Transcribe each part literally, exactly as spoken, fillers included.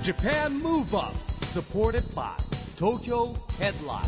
Japan Move Up supported by Tokyo Headline。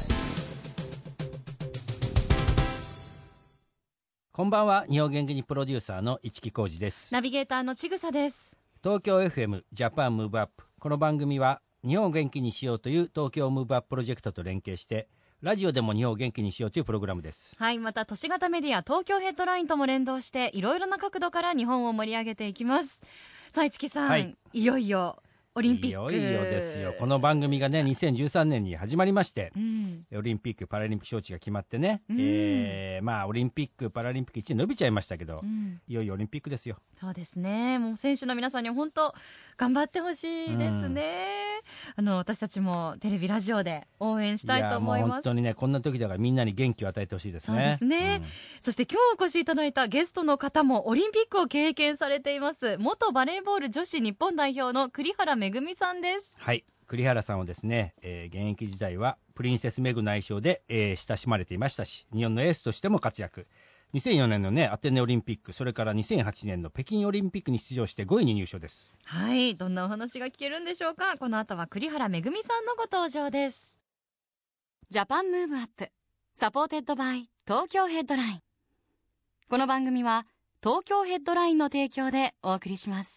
こんばんは。日本元気にプロデューサーの市木浩司です。 ナビゲーターのちぐさです。 東京 エフエム Japan Move Up、 この番組は日本を元気にしようという東京ムーブアッププロジェクトと連携してラジオでも日本を元気にしようというプログラムです。 はい、また都市型メディア東京ヘッドラインとも連動していろいろな角度から日本を盛り上げていきます。さあ市木さん、はい、いよいよオリンピック、 いよいよですよ。この番組がねにせんじゅうさんねんに始まりまして、 うん、 オリンピックパラリンピック招致が決まってね、 うん、 えー、まあオリンピックパラリンピックいちねん伸びちゃいましたけど、 うん、 いよいよオリンピックですよ。 そうですね。もう選手の皆さんに本当頑張ってほしいですね、うん、あの私たちもテレビラジオで応援したいと思います。 いやもう本当にねこんな時だからみんなに元気を与えてほしいですね。 そうですね、うん、そして今日お越しいただいたゲストの方もオリンピックを経験されています元バレーボール女子日本代表の栗原めぐみさんです。 はい、栗原さんはですね、えー、現役時代はプリンセスメグの愛称で、えー、親しまれていましたし、日本のエースとしても活躍。にせんよねんのねアテネオリンピック、それからにせんはちねんの北京オリンピックに出場してごいに入賞です。 はい、どんなお話が聞けるんでしょうか。この後は栗原めぐみさんのご登場です。ジャパンムーブアップサポーテッドバイ東京ヘッドライン。この番組は東京ヘッドラインの提供でお送りします。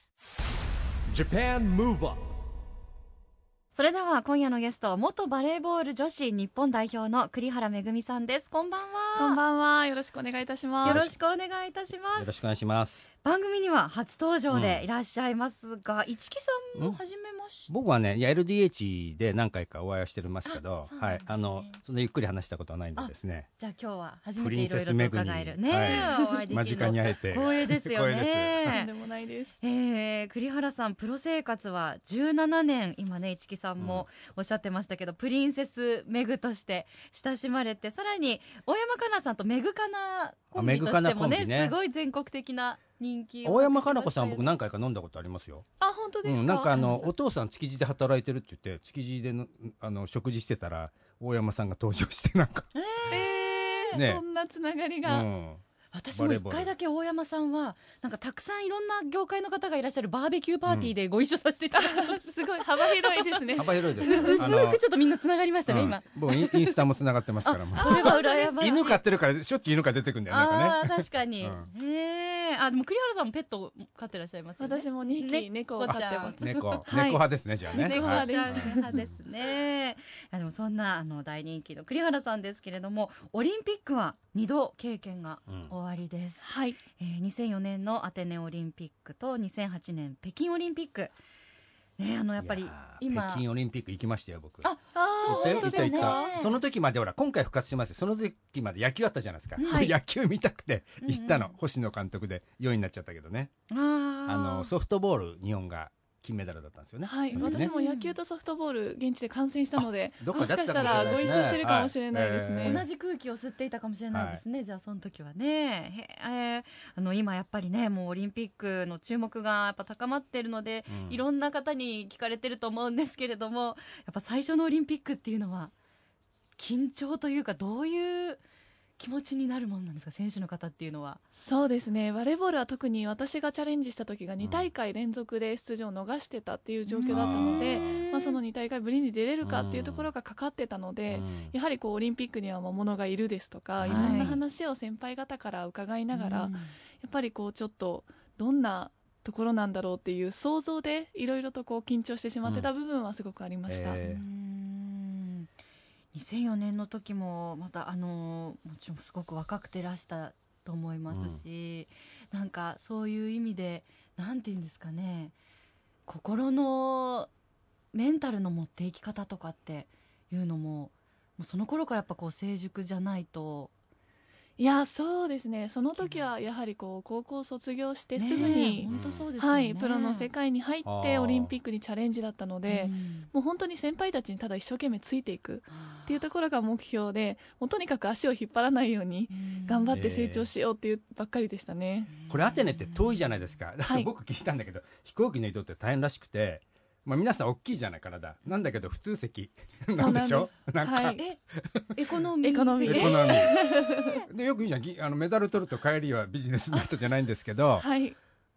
Japan Move Up。 それでは今夜のゲスト、元バレーボール女子日本代表の栗原めぐみさんです。こんばんは。 こんばんは。よろしくお願いいたします。 よろしくお願いいたします。 よろしくお願いします。 番組には初登場でいらっしゃいますが、市木さんも初めまして。 僕はね、いや エルディーエイチ で何回かお会いはしてますけど、 あ、 はい、あのそんなゆっくり話したことはないんでですね。 じゃあ今日は初めていろいろと伺えるね、 はい、 お会いできるの間近に会えて光栄ですよね。 とんでもないです。 えー、栗原さんプロ生活はじゅうななねん、今ね市木さんもおっしゃってましたけど、うん、プリンセスメグとして親しまれて、さらに大山かなさんとメグカナコンビとしても ね, ねすごい全国的な人気を。 大山かな子さん僕何回か飲んだことありますよ。 あ、本当ですか。 うん、なんかあのお父さん築地で働いてるって言って築地でのあの食事してたら大山さんが登場してなんかえーね、そんなつながりが、うん、 私も一回だけ大山さんはなんかたくさんいろんな業界の方がいらっしゃるバーベキューパーティーでご一緒させていただいた、うん、 すごい幅広いですね。 幅広いです薄くちょっとみんなつながりましたね、うん、今僕インスタもつながってますからもうそれは羨ましい。 犬飼ってるからしょっちゅう犬が出てくるんだよなんかね。 あ確かに、うん、へあでも栗原さんもペット飼ってらっしゃいますよね。 私もにひき猫を飼ってます。 猫、猫派ですね。じゃあね猫派です、 はい、派ですね。でもそんなあの大人気の栗原さんですけれども、オリンピックはにど経験がおありです、 うん、はい、 えー、にせんよねんのアテネオリンピックとにせんはちねん北京オリンピック、ね、あのやっぱり今北京オリンピック行きましたよ僕。 ああそうですね。 その時までほら今回復活しますよ。その時まで野球あったじゃないですか、はい、野球見たくて行ったの、うんうん、星野監督でよんいになっちゃったけどね。ああのソフトボール日本が金メダルだったんですよね。 はい、 ね、 私も野球とソフトボール現地で観戦したので、 どっかもしかしたらご一緒してるかもしれないですね、 はい、えー、同じ空気を吸っていたかもしれないですね、はい、じゃあその時はね。へ、えー、あの今やっぱりねもうオリンピックの注目がやっぱ高まっているので、うん、いろんな方に聞かれてると思うんですけれども、やっぱ最初のオリンピックっていうのは緊張というかどういう気持ちになるものなんですか、選手の方っていうのは。 そうですね、バレーボールは特に私がチャレンジした時がにだいかい連続で出場を逃してたっていう状況だったので、まあ、そのにだいかいぶりに出れるかっていうところがかかってたので、やはりこうオリンピックには魔物がいるですとか、いろんな話を先輩方から伺いながら、やっぱりこうちょっとどんなところなんだろうっていう想像でいろいろとこう緊張してしまってた部分はすごくありました、うんえーにせんよねんの時もまたあのもちろんすごく若くてらしたと思いますし、うん、なんかそういう意味でなんていうんですかね、心のメンタルの持っていき方とかっていうのも、もうその頃からやっぱこう成熟じゃないと。 いやそうですね、その時はやはりこう高校卒業してすぐに、 本当そうですよね、 はい、プロの世界に入ってオリンピックにチャレンジだったので、うん、もう本当に先輩たちにただ一生懸命ついていくっていうところが目標で、もうとにかく足を引っ張らないように頑張って成長しようっていうばっかりでしたね、 うん、これアテネって遠いじゃないですか。だから僕聞いたんだけど、はい、飛行機の移動って大変らしくて、まあ、皆さん大きいじゃない体なんだけど普通席なんでしょ。なんか、はい、 えエコノミーエコノミーエコノミーでよく言うじゃん、あのメダル取ると帰りはビジネスになったじゃないんですけど、 はい、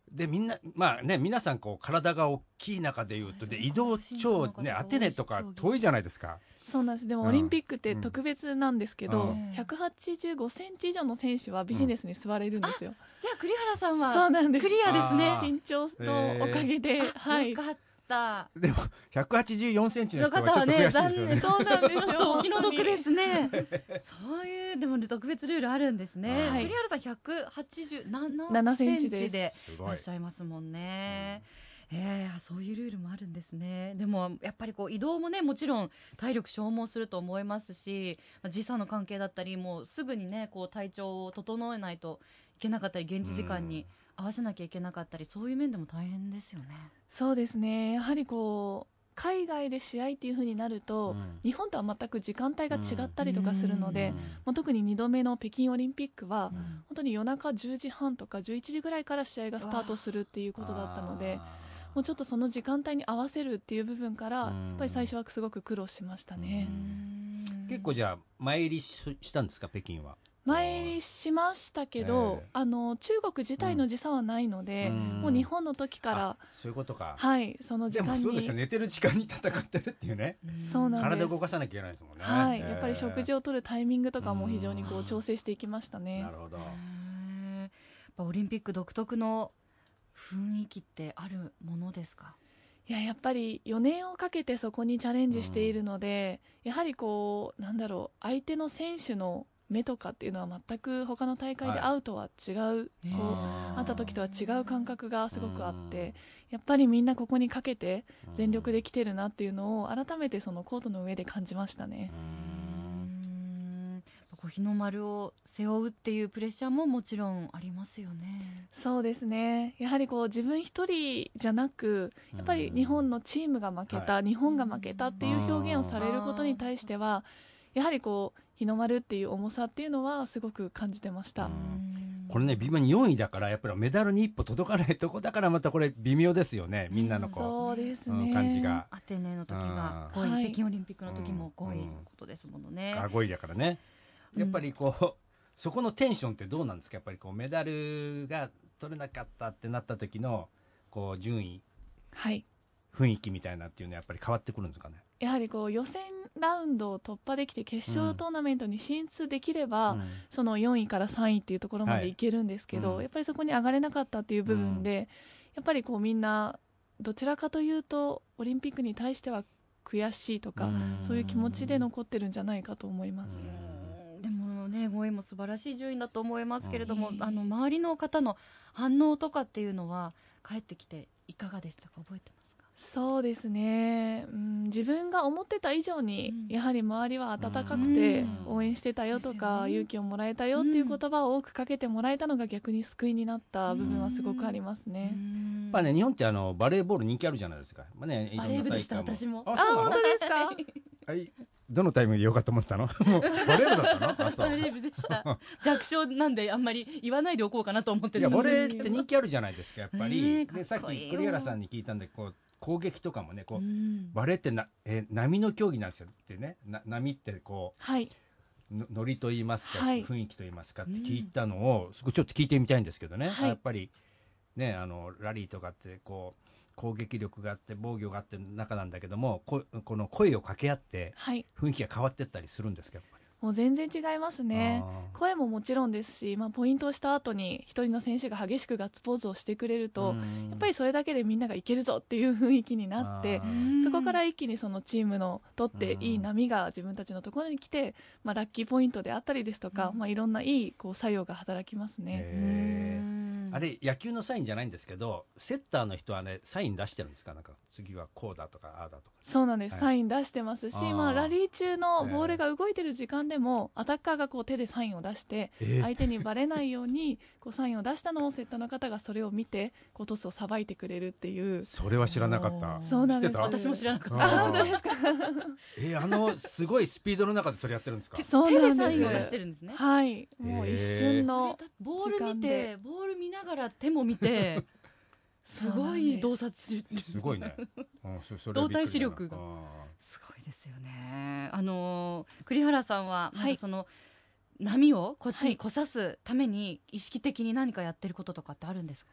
でみんなまあね皆さんこう体が大きい中でいうとで移動超ねアテネとか遠いじゃないですか。 そうなんです。でもうんオリンピックって特別なんですけど、 うんひゃくはちじゅうごセンチ以上の選手はビジネスに座れるんですよ。 じゃあ栗原さんそうはなんです。 クリアですねあー身長のおかげで、はいよ。かったでもひゃくはちじゅうよんセンチのの人はちょっと方はね悔しいですよね。 そうなんですよ。 ちょっとお気の毒本当にですねそういうでも特別ルールあるんですね、 はい栗原さんひゃくはちじゅうななななセセンチンチですでいすごいらっしゃいますもんね、えー、そういうルールもあるんですね。でもやっぱりこう移動もねもちろん体力消耗すると思いますし、まあ時差の関係だったりもうすぐにねこう体調を整えないといけなかったり現地時間に合わせなきゃいけなかったり、そういう面でも大変ですよね。 そうですね。やはりこう海外で試合っていう風になると、 うん日本とは全く時間帯が違ったりとかするので、 うんまあ、特ににどめの北京オリンピックは、 うん本当に夜中じゅうじはんとかじゅういちじぐらいから試合がスタートするっていうことだったので、もうちょっとその時間帯に合わせるっていう部分から、 うんやっぱり最初はすごく苦労しましたね。 うん結構じゃあ前入りししたんですか北京は。 前入りしましたけど、 ええあの中国自体の時差はないので、 うんもう日本の時からあ、そういうことか。 はい、その時でも間そうですよに、 寝てる時間に戦ってるっていうね。 そうなんです体動かさなきゃいけないですもんね。 はい、 えーやっぱり食事をとるタイミングとかも非常にこう調整していきましたねな。るほど。 へーやっぱオリンピック独特の雰囲気ってあるものですか？ いや、やっぱりよねんをかけてそこにチャレンジしているので、やはりこうなんだろう、相手の選手の目とかっていうのは全く他の大会で会うとは違う、こう会った時とは違う感覚がすごくあって、やっぱりみんなここにかけて全力で来てるなっていうのを改めてそのコートの上で感じましたね。 うんこう日の丸を背負うっていうプレッシャーももちろんありますよね。 そうですね。やはりこう自分一人じゃなく、やっぱり日本のチームが負けた、 は日本が負けたっていう表現をされることに対しては、やはりこう日の丸っていう重さっていうのはすごく感じてました。 うんこれね微妙によんいだからやっぱりメダルに一歩届かないとこだからまたこれ微妙ですよねみんなのこそうですう、 ね。 うん感じがアテネの時がうんごい、 はい北京オリンピックの時もごいうんのことですものね。 あごいだからねうんやっぱりこう、そこのテンションってどうなんですかやっぱりこうメダルが取れなかったってなった時のこう順位はい。 雰囲気みたいなっていうのはやっぱり変わってくるんですかね。 やはりこう予選ラウンドを突破できて決勝トーナメントに進出できれば、 うんそのよんいからさんいっていうところまはいでいけるんですけど、 うんやっぱりそこに上がれなかったっていう部分で、やっぱりこうみんなどちらかというとオリンピックに対しては悔しいとか、 うんそういう気持ちで残ってるんじゃないかと思います。 うんでもねごいも素晴らしい順位だと思いますけれども、 うんあの周りの方の反応とかっていうのは帰ってきていかがでしたか？覚えてますか？ そうですね、うん、自分が思ってた以上に、 うんやはり周りは温かくて、 うん応援してたよとですよか、 ね勇気をもらえたよっていう言葉を多くかけてもらえたのが逆に救いになった部分はすごくありますね。 うんまあね日本ってあのバレーボール人気あるじゃないですか。まあねいろんなバレー部でした大会私もあ、 あそうなの本当ですか？ はいどのタイミングでよかったと思ってたのもうバレー部だったのあそうバレー部でした弱小なんであんまり言わないでおこうかなと思っていやたんバレーってですけど人気あるじゃないですかやっぱり、 ねえでさっかっこいいよき栗原さんに聞いたんでこう攻撃とかもねこう、 うんバレーってな、えー波の競技なんですよってねな波ってこはい。 うのノリと言いますか、 はい雰囲気と言いますかって聞いたのを、すごいちょっと聞いてみたいんですけどね、 はいやっぱりねあのラリーとかってこう攻撃力があって防御があって中なんだけどもここの声を掛け合ってはい。 雰囲気が変わってったりするんですかやっぱり。 もう全然違いますね。 あー声ももちろんですし、まあ、ポイントをした後に一人の選手が激しくガッツポーズをしてくれると、 うんやっぱりそれだけでみんながいけるぞっていう雰囲気になってあ、ーそこから一気にそのチームのとってうんいい波が自分たちのところに来て、まあ、ラッキーポイントであったりですとか、 うんまあ、いろんないいこう作用が働きますね。 へーうんあれ野球のサインじゃないんですけどセッターの人はねサイン出してるんですかなんか次はこうだとかああだとか。 そうなんです、 はいサイン出してますし、 あーまあ、ラリー中のボールが動いてる時間でも、アタッカーがこう手でサインを出してえー相手にバレないようにこうサインを出したのをセッターの方がそれを見てこうトスをさばいてくれるっていう。 それは知らなかったおー。 そうなんです知ってた私も知らなかっあたあ、本当ですか？ えーあのすごいスピードの中でそれやってるんですか。 そう手なんですでサインを出してるんですね。 はい、もう一瞬のボール見時間てでボール見ながら手も見てすごい洞察しすごいね。うんそそれはびっくりだな動体視力がすごいですよね。あのー栗原さんはまはいだその波をこっちに来さすために意識的に何かやってることとかってあるんですか？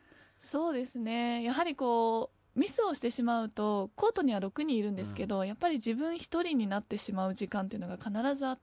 そうですね、やはりこうミスをしてしまうとコートにはろくにんいるんですけど、うん、やっぱり自分一人になってしまう時間っていうのが必ずあって、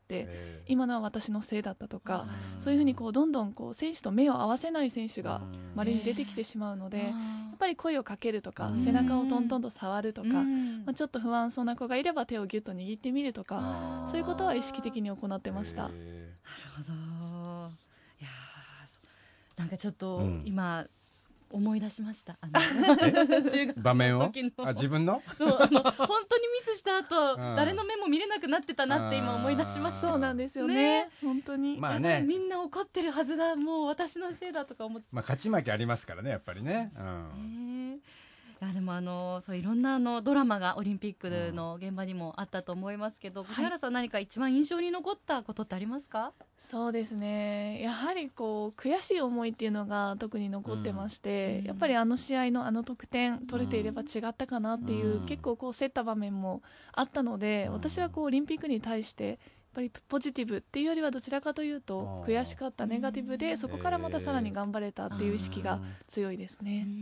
今のは私のせいだったとか、そういうふうにこうどんどんこう選手と目を合わせない選手が稀に出てきてしまうので、やっぱり声をかけるとか、背中をトントンと触るとか、まあ、ちょっと不安そうな子がいれば手をギュッと握ってみるとか、そういうことは意識的に行ってました。なるほど。いやなんかちょっと今、うん思い出しました。あの中学場面をの時のあ自分のそうあの本当にミスした後、うん、誰の目も見れなくなってたなって今思い出しました。 そうなんですよ ね, ね本当に、 まあね、 みんな怒ってるはずだ、もう私のせいだとか思って、 まあ、勝ち負けありますからねやっぱりね。 そうですね、うんいやでもあのそういろんなあのドラマがオリンピックの現場にもあったと思いますけど、栗原さん、何か一番印象に残ったことってありますか？ そうですね、やはりこう悔しい思いっていうのが特に残ってまして、うん、やっぱりあの試合のあの得点取れていれば違ったかなっていう、うん、結構こう競った場面もあったので、うん、私はこうオリンピックに対してやっぱりポジティブっていうよりはどちらかというと悔しかった、ネガティブで、そこからまたさらに頑張れたっていう意識が強いですね。 うん、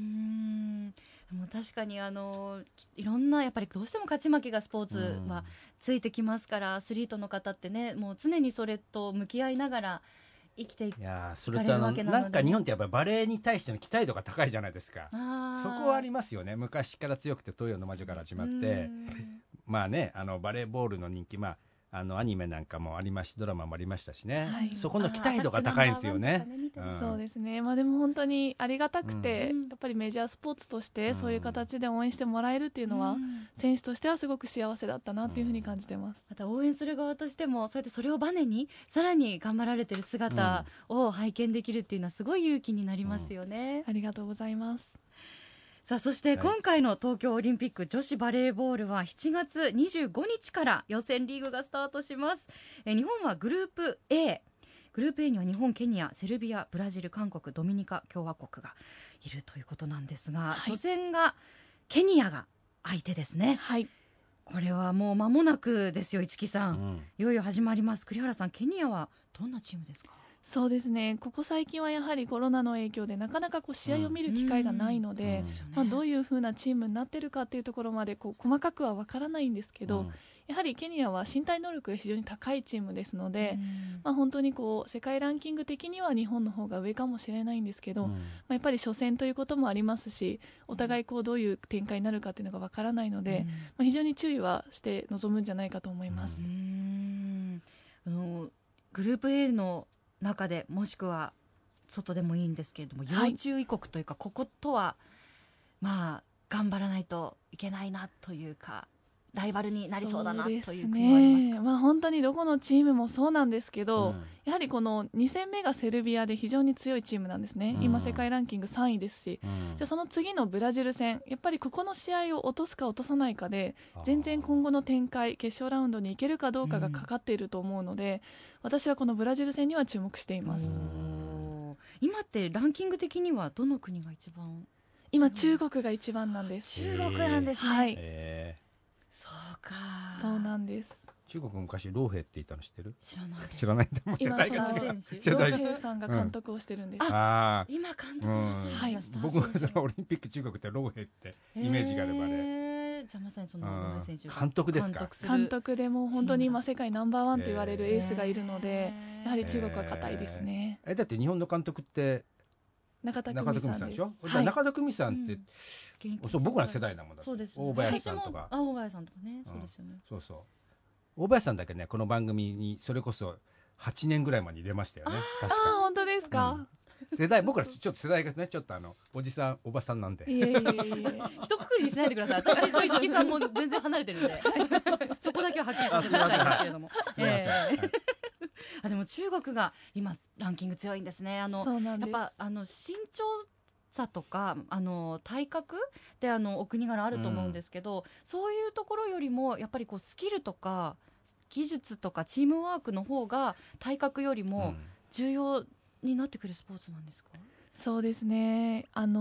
でも確かにあのいろんなやっぱりどうしても勝ち負けがスポーツはついてきますから、アスリートの方ってね、もう常にそれと向き合いながら生きていかれるわけなので、いやそれとあのなんか日本ってやっぱりバレーに対しての期待度が高いじゃないですか。そこはありますよね。昔から強くて東洋の魔女から始まってまあね、あのバレーボールの人気、まああのアニメなんかもありまし、ドラマもありましたしね、はい、そこの期待度が高いんですよね。 うん、そうですね、まあ、でも本当にありがたくて、うん、やっぱりメジャースポーツとしてそういう形で応援してもらえるっていうのは、うん、選手としてはすごく幸せだったなっていうふうに感じてます。 また応援する側としてもそうやってそれをバネにさらに頑張られてる姿を拝見できるっていうのはすごい勇気になりますよね。 ありがとうございます。 さあそして今回の東京オリンピック女子バレーボールはしちがつにじゅうごにちから予選リーグがスタートします。え日本はグループ A、 グループ A には日本、ケニア、セルビア、ブラジル、韓国、ドミニカ共和国がいるということなんですが、はい、初戦がケニアが相手ですね。 はい、 これはもう間もなくですよ、市木さん、うん、いよいよ始まります。栗原さん、ケニアはどんなチームですか？ そうですね、ここ最近はやはりコロナの影響でなかなかこう試合を見る機会がないので、うんまあ、どういう風なチームになっているかというところまでこう細かくは分からないんですけど、うん、やはりケニアは身体能力が非常に高いチームですので、うんまあ、本当にこう世界ランキング的には日本の方が上かもしれないんですけど、うんまあ、やっぱり初戦ということもありますし、お互いこうどういう展開になるかというのが分からないので、うんまあ、非常に注意はして臨むんじゃないかと思います。 うんあのグループ A の中でもしくは外でもいいんですけれども、要注意国というか、はい、こことはまあ頑張らないといけないなというか、ライバルになりそうだなという国はありますか？ まあ、本当にどこのチームもそうなんですけど、うん、やはりこのに戦目がセルビアで非常に強いチームなんですね、うん、今世界ランキングさんいですし、うん、じゃあその次のブラジル戦、やっぱりここの試合を落とすか落とさないかで全然今後の展開、決勝ラウンドに行けるかどうかがかかっていると思うので、私はこのブラジル戦には注目しています。 今ってランキング的にはどの国が一番？ 今中国が一番なんです。 中国なんですね。 はい、 そうか、 そうなんです。 中国昔ローヘって言ったの知ってる？ 知らないです。 知らないんだもん。 今そのローヘさんが監督をしてるんです。 うん、あ、今監督をしてるんです、はい、 僕もオリンピック中国ってローヘってイメージがあればね。 じゃあまさにそのローヘ選手監督ですか？ 監督でも本当に今世界ナンバーワンと言われるエースがいるので、やはり中国は堅いですね。 えー、だって日本の監督って中田久美さんでしょ、 はい、中田久美さんって、うん、そう僕ら世代なもんだ。 そうです、 大林さんとか、 あ、大林さんとかね、そうですよね、 うん、そうそう、大林さんだけね、この番組にそれこそはちねんぐらい前に出ましたよね。確か。 あ、本当ですか？ うん、世代、僕らちょっと世代がね、ちょっとあのおじさんおばさんなんで、 いえいえいえ一括りにしないでください。私と市木さんも全然離れてるんでそこだけははっきりさせていただきたいんですけれども、すみません、えーはい、あ、でも中国が今ランキング強いんですね。あのやっぱあの身長差とかあの体格であのお国柄あると思うんですけど、うん、そういうところよりもやっぱりこうスキルとか技術とかチームワークの方が体格よりも重要になってくるスポーツなんですか？ そうですね、あの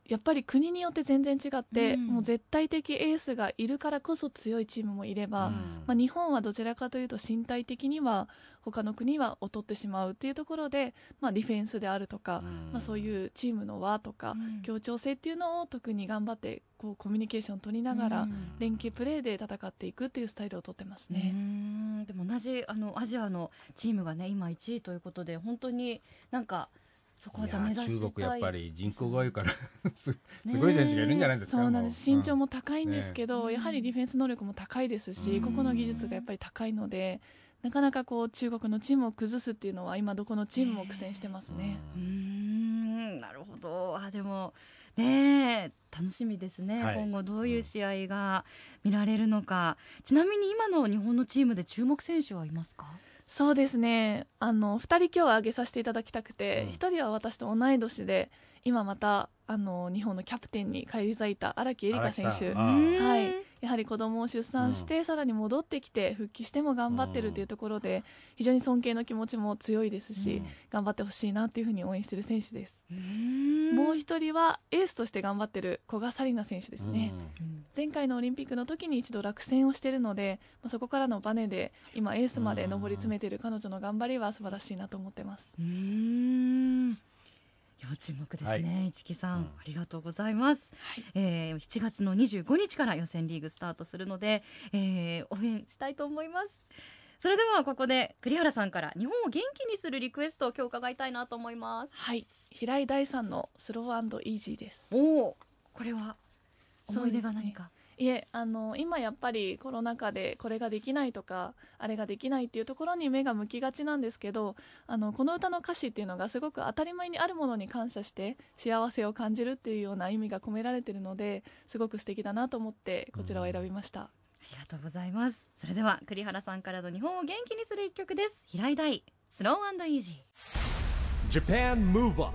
やっぱり国によって全然違って、 うんもう絶対的エースがいるからこそ強いチームもいれば、 うんまあ、日本はどちらかというと身体的には他の国は劣ってしまうっていうところで、まあ、ディフェンスであるとか、 うんまあ、そういうチームの輪とか、 うん協調性っていうのを特に頑張ってこうコミュニケーション取りながら、 うん連携プレーで戦っていくっていうスタイルをとってますうね。 んでも同じあのアジアのチームがね今いちいということで本当になんかそこはじゃあ目指したいいや中国やっぱり人口が多いからすねすごい選手がいるんじゃないですか。 そうなんです。 もう身長も高いんですけど、 ねやはりディフェンス能力も高いですし、 うんここの技術がやっぱり高いので、なかなかこう中国のチームを崩すっていうのは今どこのチームも苦戦してますね。 うーんなるほど。あでもねえ楽しみですね、 はい今後どういう試合が見られるのか、ちなみに今の日本のチームで注目選手はいますか？ そうですね。あのふたり今日は挙げさせていただきたくて、 うんひとりは私と同い年で今またあの日本のキャプテンに返り咲いた荒木絵里香選手。 荒木さんあーはい、やはり子供を出産して、さらに戻ってきて復帰しても頑張ってるというところで、非常に尊敬の気持ちも強いですし、 うん頑張ってほしいなっていうふうに応援している選手です。 うーんもう一人はエースとして頑張ってる古賀紗理那選手ですね。 うん前回のオリンピックの時に一度落選をしているので、まあ、そこからのバネで今エースまで上り詰めている彼女の頑張りは素晴らしいなと思ってます。 うーん要注目ですはいね、市木さん、 うんありがとうございます、 はいえーしちがつのにじゅうごにちから予選リーグスタートするので、えー応援したいと思います。それではここで栗原さんから日本を元気にするリクエストを今日伺いたいなと思います。 はい、平井大さんのスローイージーです。 おお、これは思い出が何か？ いえ、あの今やっぱりコロナ禍でこれができないとかあれができないっていうところに目が向きがちなんですけど、あのこの歌の歌詞っていうのがすごく当たり前にあるものに感謝して幸せを感じるっていうような意味が込められているので、すごく素敵だなと思ってこちらを選びました。 ありがとうございます。それでは栗原さんからの日本を元気にする一曲です。平井大スローイージー。 Japan Move Up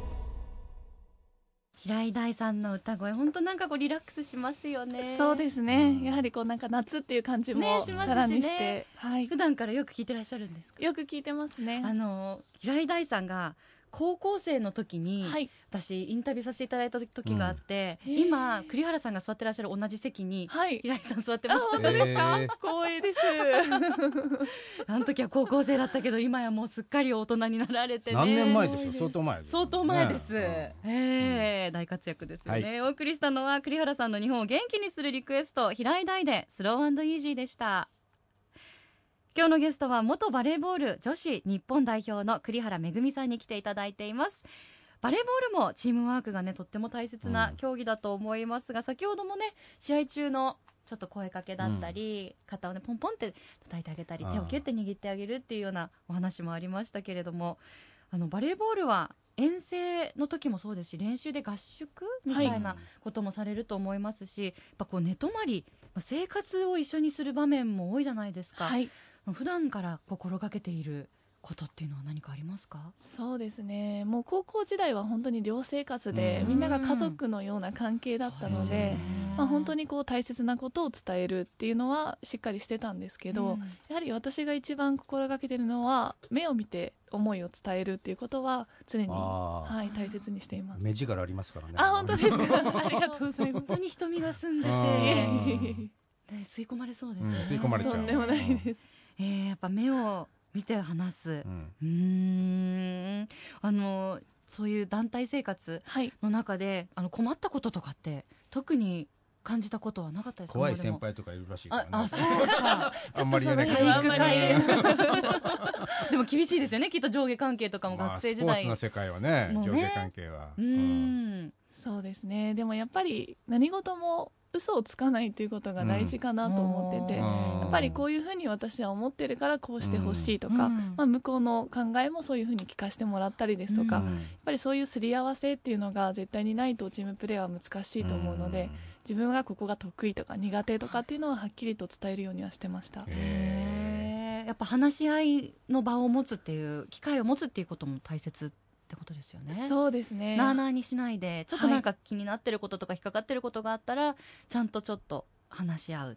平井大さんの歌声本当なんかこうリラックスしますよね。 そうですね、 うんやはりこうなんか夏っていう感じもねしますしねさらにして、はい、 普段からよく聞いてらっしゃるんですか？ よく聞いてますね。 あの平井大さんが高校生の時に、 はい、 私インタビューさせていただいた時があって、 うん今栗原さんが座ってらっしゃる同じ席にはい、 平井さん座ってまあ、 した本当ですか、 えー光栄です。 あの時は高校生だったけど今やもうすっかり大人になられてね。 何年前でしょう。相当前ですよ相当前です、 ねえー大活躍ですよね、お送りしたのは栗原さんの日本を元気にするリクエスト平井大でスローイージーでした。今日のゲストは元バレーボール女子日本代表の栗原恵さんに来ていただいています。バレーボールもチームワークがねとっても大切な競技だと思いますが、先ほどもね試合中のちょっと声かけだったり、肩をねポンポンって叩いてあげたり、 うん手をキュッて握ってあげるっていうようなお話もありましたけれども、あのバレーボールは遠征の時もそうですし練習で合宿みたいなこともされると思いますし、やっぱこう寝泊まり生活を一緒にする場面も多いじゃないですか、 はい、 普段から心がけていることっていうのは何かありますか？ そうですね、もう高校時代は本当に寮生活で、 うんみんなが家族のような関係だったので、 そうですよねまあ、本当にこう大切なことを伝えるっていうのはしっかりしてたんですけど、 うんやはり私が一番心がけているのは目を見て思いを伝えるっていうことは常に、 あーはい、大切にしています。 目力ありますからね。 あ、本当ですかありがとうございます。 本当に瞳が澄んでて、 あーね、吸い込まれそうですね、 うん吸い込まれちゃうとんでもないです。 えーやっぱ目を見て話す、 うんうーんあのそういう団体生活はい、 の中であの困ったこととかって特に感じたことはなかったですか？ 怖いもうでも先輩とかいるらしいからね。 ああそうかあんまり言えないけどちょっとその体育辺はあんまり会でも厳しいですよねきっと上下関係とかもまあ学生時代、 スポーツの世界はね、 もうね上下関係は。 うーんそうですね、でもやっぱり何事も嘘をつかないということが大事かなと思ってて、 うんやっぱりこういうふうに私は思ってるからこうしてほしいとか、 うんまあ、向こうの考えもそういうふうに聞かせてもらったりですとか、 うんやっぱりそういうすり合わせっていうのが絶対にないとチームプレーは難しいと思うので、自分がここが得意とか苦手とかっていうのははっきりと伝えるようにはしてました。 へーやっぱ話し合いの場を持つっていう機会を持つっていうことも大切ってことですよね。 そうですね、 なあなあにしないでちょっとなんか気になってることとか引っかかってることがあったらちゃんとちょっと話し合う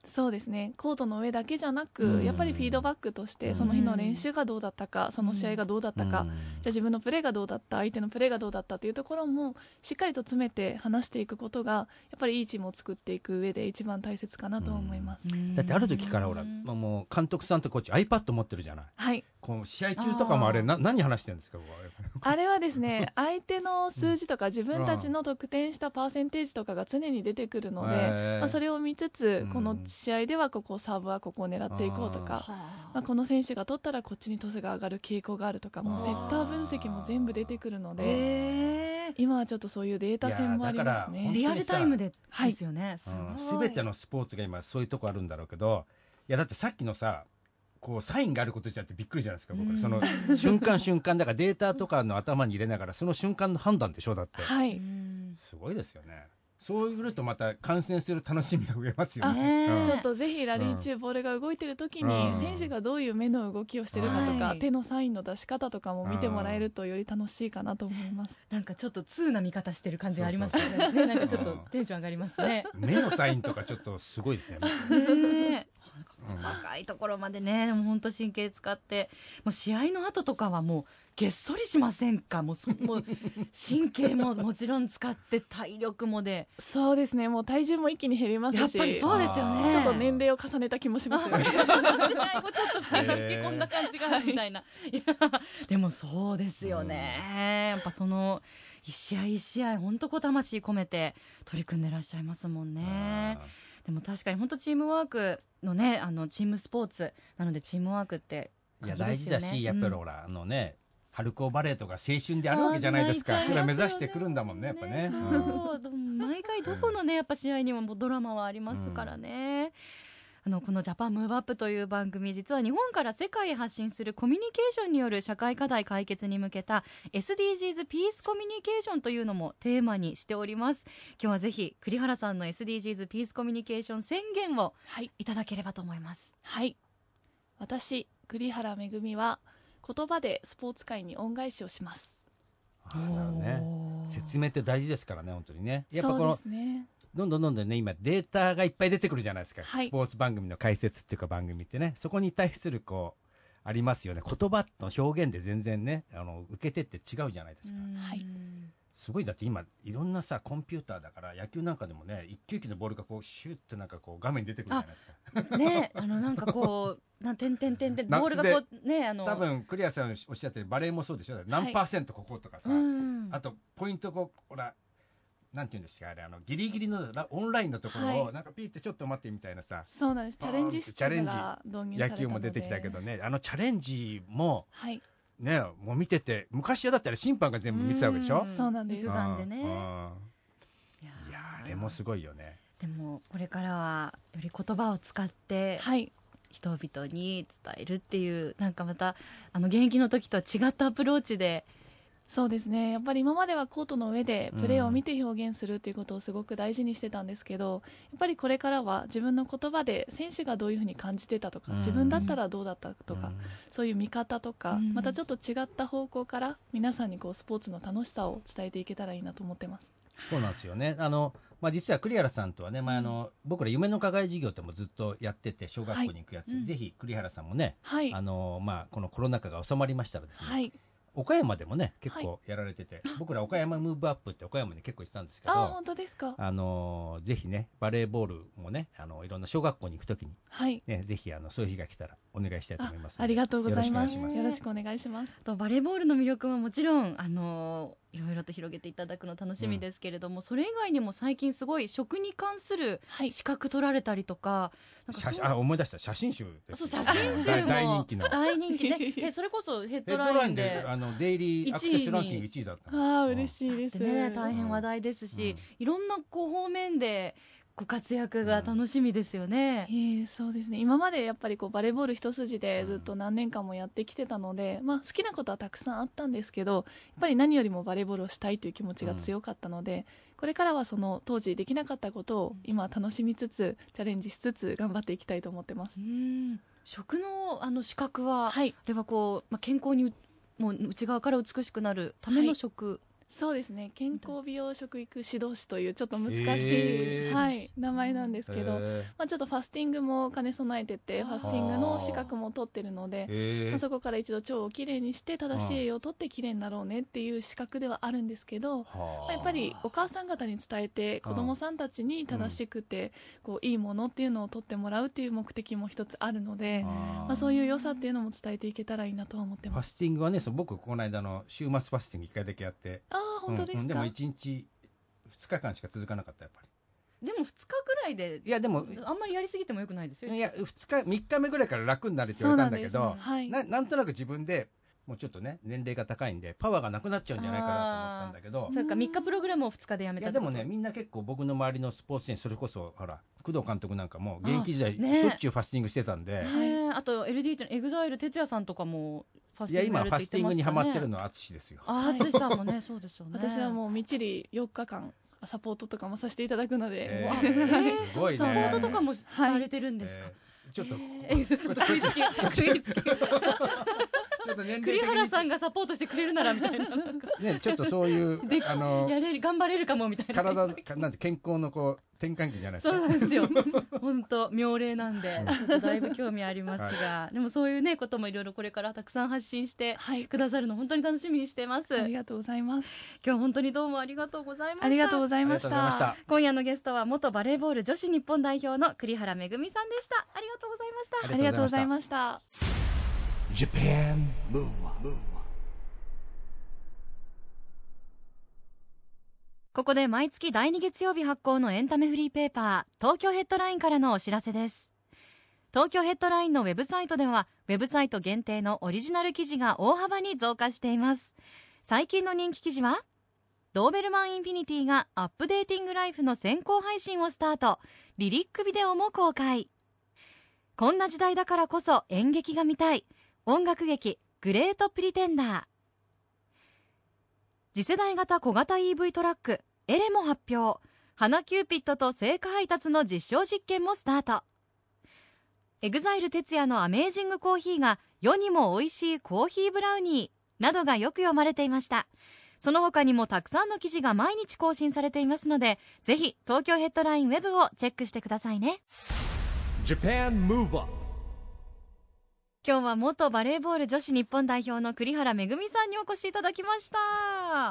そうですね、コートの上だけじゃなく、 うんやっぱりフィードバックとしてその日の練習がどうだったか、その試合がどうだったか、 うんじゃあ自分のプレーがどうだった、相手のプレーがどうだったというところもしっかりと詰めて話していくことがやっぱりいいチームを作っていく上で一番大切かなと思います。 だってある時からほら、まあ、もう監督さんとコーチ iPad 持ってるじゃない。 はい、 こう試合中とかもあれな何話してるんですか。 あれはですね相手の数字とか自分たちの得点したパーセンテージとかが常に出てくるので、 へーまあ、それを見つつ、 うんこの試合ではここサーブはここを狙っていこうとか、まあ、この選手が取ったらこっちにトスが上がる傾向があるとか、もうセッター分析も全部出てくるので、 えー、 今はちょっとそういうデータ戦もありますね。 いやだからリアルタイムではいですよね、すすごい。 べてのスポーツが今そういうとこあるんだろうけど、いやだってさっきのさこうサインがあることじゃってびっくりじゃないですか。僕うんその瞬間瞬間だからデータとかの頭に入れながらその瞬間の判断でしょ。だってはいうんすごいですよね。そういうとまた観戦する楽しみが増えますよね。 ねえちょっとぜひラリー中ボールが動いてる時にうん選手がどういう目の動きをしてるかとか、 はい手のサインの出し方とかも見てもらえるとより楽しいかなと思います。 なんかちょっっと通な見方してる感じがありますよね。ね、なんかちょっとテンション上がりますね。 目のサインとかちょっとすごいですよね。 ねえうん細かいところまでね、もう本当神経使って、もう試合の後とかはもうげっそりしませんか。もうそもう神経ももちろん使って体力もで、 そうですね、もう体重も一気に減りますし、 やっぱりそうですよね。 ちょっと年齢を重ねた気もしますよね。 最後ちょっと老け込んだ感じがあるみたいな、いやでもそうですよね、やっぱその一試合一試合本当こう魂込めて取り組んでらっしゃいますもんね。でも確かに本当チームワークのね、あのチームスポーツなのでチームワークっていや鍵ですよね。 大事だし、やっぱりほら、あのね春高バレーとか青春であるわけじゃないですか。 あーそれは目指してくるんだもんね、やっぱね。うんそうでも毎回どこのねやっぱ試合にももうドラマはありますからね。あのこのジャパンムーブアップという番組、実は日本から世界へ発信するコミュニケーションによる社会課題解決に向けた エスディージーズ ピースコミュニケーションというのもテーマにしております。今日はぜひ栗原さんの エスディージーズ ピースコミュニケーション宣言をはい、 いただければと思います。 はい私栗原めぐみは言葉でスポーツ界に恩返しをします。 あーなるほどね。説明って大事ですからね、本当にね。やっぱこそうのですね、 どんどんどんどんね、今データがいっぱい出てくるじゃないですか、 はいスポーツ番組の解説っていうか番組ってね、そこに対するこうありますよね。言葉の表現で全然ね、あの受け手って違うじゃないですか。 はいすごい。だって今いろんなさコンピューターだから、野球なんかでもね、一球一球のボールがこうシュッてなんかこう画面に出てくるじゃないですか。 ね、あのなんかこうなんてんてんてんてんボールがこうね、あの多分クリアさんおっしゃってるバレーもそうでしょ。何パーセントこことかさ、 うんあとポイントこうほらなんていうんですか、あれあのギリギリのラオンラインのところはいをなんかピーってちょっと待ってみたいなさ、 そうなんです。チャレンジ室チャレンジが導入されたので、 野球も出てきたけどね、あのチャレンジもはい、 ね、もう見てて、昔はだったら審判が全部見てたわけでしょ。 んそうなんです肉眼でね。 うんうんいやいやーあれもすごいよね。 でもこれからはより言葉を使ってはい、 人々に伝えるっていう、なんかまたあの現役の時とは違ったアプローチで、 そうですね、やっぱり今まではコートの上でプレーを見て表現するっていうことをすごく大事にしてたんですけど、やっぱりこれからは自分の言葉で選手がどういうふうに感じてたとか、 うん自分だったらどうだったとか、 うんそういう見方とか、 うんまたちょっと違った方向から皆さんにこうスポーツの楽しさを伝えていけたらいいなと思ってます。 そうなんですよね。あの、まあ、実は栗原さんとはね、前あの僕ら夢の課外事業ってもずっとやってて、小学校に行くやつ、 はいぜひ栗原さんもね、 はい、 あのまあ、このコロナ禍が収まりましたらですね、 はい、 岡山でもね結構やられてて、僕ら岡山ムーブアップって岡山に結構行ってたんですけど、 あー本当ですか。 あのぜひねバレーボールもね、あのいろんな小学校に行くときに、 はい、 ね、ぜひあのそういう日が来たらお願いしたいと思いますので、 ありがとうございます。 よろしくお願いします。 よろしくお願いします。 とバレーボールの魅力はもちろんあのいろいろと広げていただくの楽しみですけれども、それ以外にも最近すごい食に関するはい、 資格取られたりとか、なんかそう写真あ思い出した写真集ですそう写真集大も大人気の大人気ね。えそれこそヘッヘッドドラインラインでであのデイリーアクセスランキングいちいだったの。 ああうん嬉しいです。 でね、大変話題ですし、いろんなこう方面でご活躍が楽しみですよね。 えーそうですね、今までやっぱりこうバレーボール一筋でずっと何年間もやってきてたので、まあ、好きなことはたくさんあったんですけど、やっぱり何よりもバレーボールをしたいという気持ちが強かったので、これからはその当時できなかったことを今楽しみつつチャレンジしつつ頑張っていきたいと思ってます。 うん食のあの資格は、 はい、 あれはこう、まあ、健康にもう内側から美しくなるための食、 そうですね、健康美容食育指導士というちょっと難しい、 へーはい、名前なんですけど、 へまあ、ちょっとファスティングも兼ね備えてて、ファスティングの資格も取ってるので、 ーへーまあ、そこから一度腸をきれいにして正しい栄養をとってきれいになろうねっていう資格ではあるんですけど、 はあまあやっぱりお母さん方に伝えて子どもさんたちに正しくてこういいものっていうのを取ってもらうっていう目的も一つあるので、 あーまあ、そういう良さっていうのも伝えていけたらいいなとは思ってます。 ファスティングはね、そう僕この間の週末ファスティングいっかいだけやって、 ああ本当ですか、 うんでもいちにちふつかかんしか続かなかった。やっぱでもふつかぐらいでりいやでもあんまりやりすぎてもよくないですよ。 いやふつかみっかめぐらいから楽になるって言われたんだけど、 そうなんです、はい、 な, なんとなく自分でもうちょっとね年齢が高いんでパワーがなくなっちゃうんじゃないかなと思ったんだけど、 それかみっかプログラムをふつかでやめいやでたってこともねみんな結構僕の周りのスポーツ選手、それこそほら工藤監督なんかも現役時代しあねょっちゅうファスティングしてたんで、 ね、あと エルディー ってエグザイル哲也さんとかもファスいや今ティングやるファスティングにハマってるののは淳ですよ。 あ淳さんもねそうですよね。 私はもうみっちりよっかかんサポートとかもさせていただくので、 えあーえーすごいねサポートとかもされてるんですか。 えーちょっと、 えー、ちょっと食いつき食いつきちょっと年齢的栗に原さんがサポートしてくれるならみたいななんかねちょっとそういうであのやれる頑張れるかもみたいな体かなんて健康のこう転換期じゃないですか。 そうなんですよ本当妙齢なんでちょっとだいぶ興味ありますが、でもそういうねこともいろいろこれからたくさん発信してはい、 くださるの本当に楽しみにしてます。 ありがとうございます。 今日本当にどうもありがとうございました。 ありがとうございましありがとうございましたた。 今夜のゲストは元バレーボール女子日本代表の栗原めぐみさんでした。ありがとうございました。 ありがとうございました。 Japan Move Up、 ここで毎月だいに月曜日発行のエンタメフリーペーパー東京ヘッドラインからのお知らせです。東京ヘッドラインのウェブサイトではウェブサイト限定のオリジナル記事が大幅に増加しています。最近の人気記事はドーベルマンインフィニティがアップデーティングライフの先行配信をスタート、リリックビデオも公開。こんな時代だからこそ演劇が見たい、音楽劇グレートプリテンダー。次世代型小型 イーブイ トラックエレも発表、花キューピッドと聖火配達の実証実験もスタート。エグザイル哲也のアメージングコーヒーが世にも美味しいコーヒーブラウニーなどがよく読まれていました。その他にもたくさんの記事が毎日更新されていますので、ぜひ東京ヘッドラインウェブをチェックしてくださいね。 Japan Move Up、 今日は元バレーボール女子日本代表の栗原めぐみさんにお越しいただきました。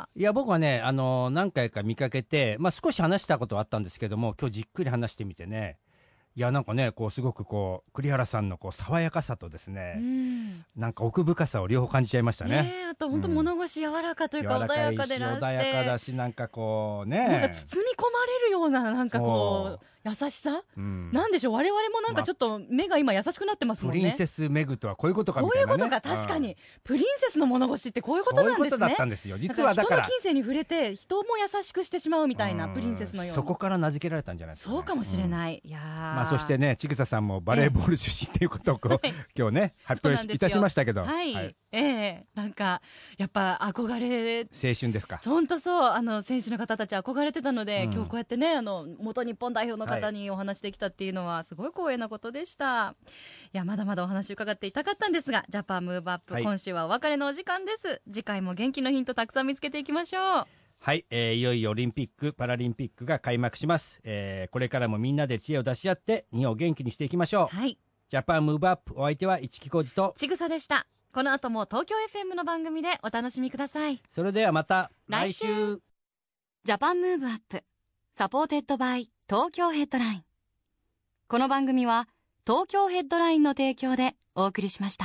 いや僕はねあの何回か見かけて、まあ、少し話したことはあったんですけども、今日じっくり話してみてね、いやなんかねこうすごくこう栗原さんのこう爽やかさとですね、 うんなんか奥深さを両方感じちゃいましたね。 ねえ、あと本当物腰柔らかというか、穏やかでらして、 穏やかだし、なんかこうね、 なんか包み込まれるようななんかこう優しさ、 うんなんでしょう、我々もなんかちょっと目が今優しくなってますもんね。 プリンセスメグとはこういうことかみこうたいうな、ね、 いことか、確かに、 うんプリンセスの物腰ってこういうことなんですね。 そういうことだったんですよ。実はだから人の金銭に触れて人も優しくしてしまうみたいな、プリンセスのような。 そこから名付けられたんじゃないですか、ね、 そうかもしれない、 うんいやまあ、そしてねちぐささんもバレーボール出身ということをこう、 はい今日ね発そうなんですよ表いたしましたけど、 はい、 はいええなんかやっぱ憧れ、 青春ですか。 本当そう、あの選手の方たち憧れてたので、 うん今日こうやってねあの元日本代表の方にお話できたっていうのはすごい光栄なことでした。いやまだまだお話伺っていたかったんですが、ジャパンムーブアップ、 はい今週はお別れのお時間です。次回も元気のヒントたくさん見つけていきましょう。 はい、えーいよいよオリンピック・パラリンピックが開幕します、えーこれからもみんなで知恵を出し合って日本を元気にしていきましょう。 はい、 ジャパンムーブアップ、お相手は市木浩二と、 ちぐさでした。この後も東京 エフエム の番組でお楽しみください。 それではまた来来週週。 ジャパンムーブアップサポーテッドバイ東京ヘッドライン。この番組は東京ヘッドラインの提供でお送りしました。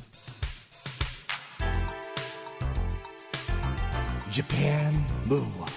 Japan Move Up。